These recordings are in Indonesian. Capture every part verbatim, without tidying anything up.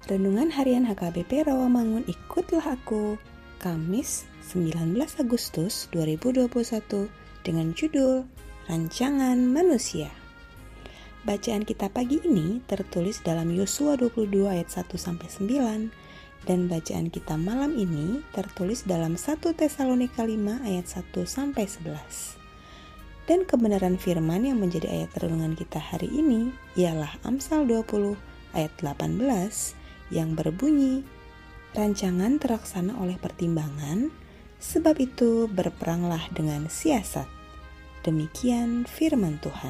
Renungan Harian H K B P Rawamangun Ikutlah Aku, Kamis sembilan belas Agustus dua ribu dua puluh satu dengan judul Rancangan Manusia. Bacaan kita pagi ini tertulis dalam Yosua dua puluh dua ayat satu sampai sembilan dan bacaan kita malam ini tertulis dalam satu Tesalonika lima ayat satu sampai sebelas. Dan kebenaran firman yang menjadi ayat renungan kita hari ini ialah Amsal dua puluh ayat delapan belas yang berbunyi, rancangan terlaksana oleh pertimbangan, sebab itu berperanglah dengan siasat. Demikian firman Tuhan.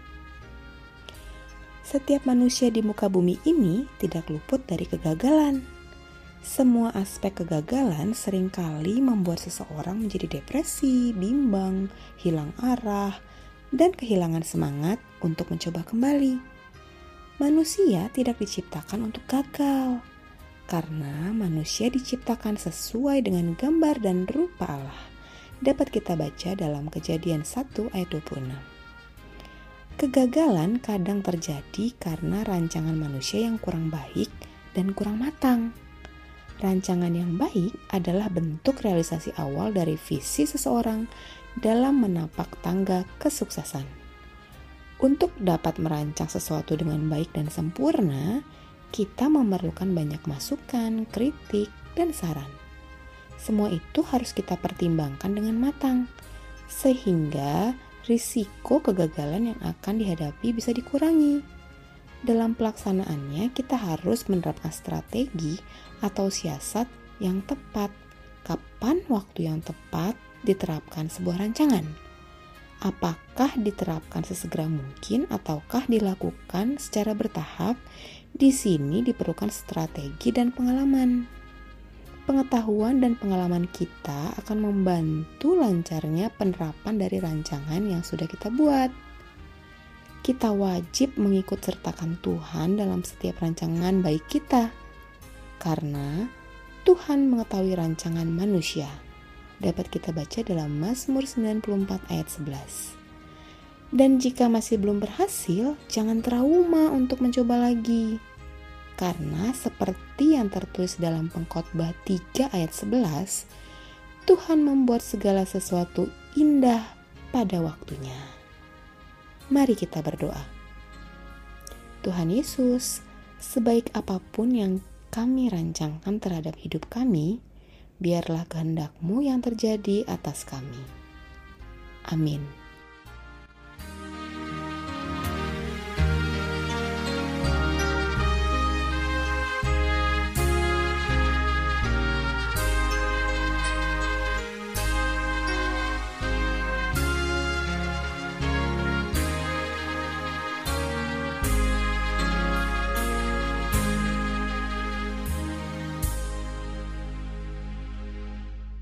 Setiap manusia di muka bumi ini tidak luput dari kegagalan. Semua aspek kegagalan seringkali membuat seseorang menjadi depresi, bimbang, hilang arah, dan kehilangan semangat untuk mencoba kembali. Manusia tidak diciptakan untuk gagal, karena manusia diciptakan sesuai dengan gambar dan rupa Allah. Dapat kita baca dalam Kejadian satu ayat dua puluh enam. Kegagalan kadang terjadi karena rancangan manusia yang kurang baik dan kurang matang. Rancangan yang baik adalah bentuk realisasi awal dari visi seseorang dalam menapak tangga kesuksesan. Untuk dapat merancang sesuatu dengan baik dan sempurna, kita memerlukan banyak masukan, kritik, dan saran. Semua itu harus kita pertimbangkan dengan matang, sehingga risiko kegagalan yang akan dihadapi bisa dikurangi. Dalam pelaksanaannya, kita harus menerapkan strategi atau siasat yang tepat. Kapan waktu yang tepat diterapkan sebuah rancangan? Apakah diterapkan sesegera mungkin ataukah dilakukan secara bertahap? Di sini diperlukan strategi dan pengalaman. Pengetahuan dan pengalaman kita akan membantu lancarnya penerapan dari rancangan yang sudah kita buat. Kita wajib mengikut sertakan Tuhan dalam setiap rancangan baik kita, karena Tuhan mengetahui rancangan manusia. Dapat kita baca dalam Mazmur sembilan puluh empat ayat sebelas. Dan jika masih belum berhasil, jangan trauma untuk mencoba lagi. Karena seperti yang tertulis dalam Pengkhotbah tiga ayat sebelas, Tuhan membuat segala sesuatu indah pada waktunya. Mari kita berdoa. Tuhan Yesus, sebaik apapun yang kami rancangkan terhadap hidup kami, biarlah kehendak-Mu yang terjadi atas kami. Amin.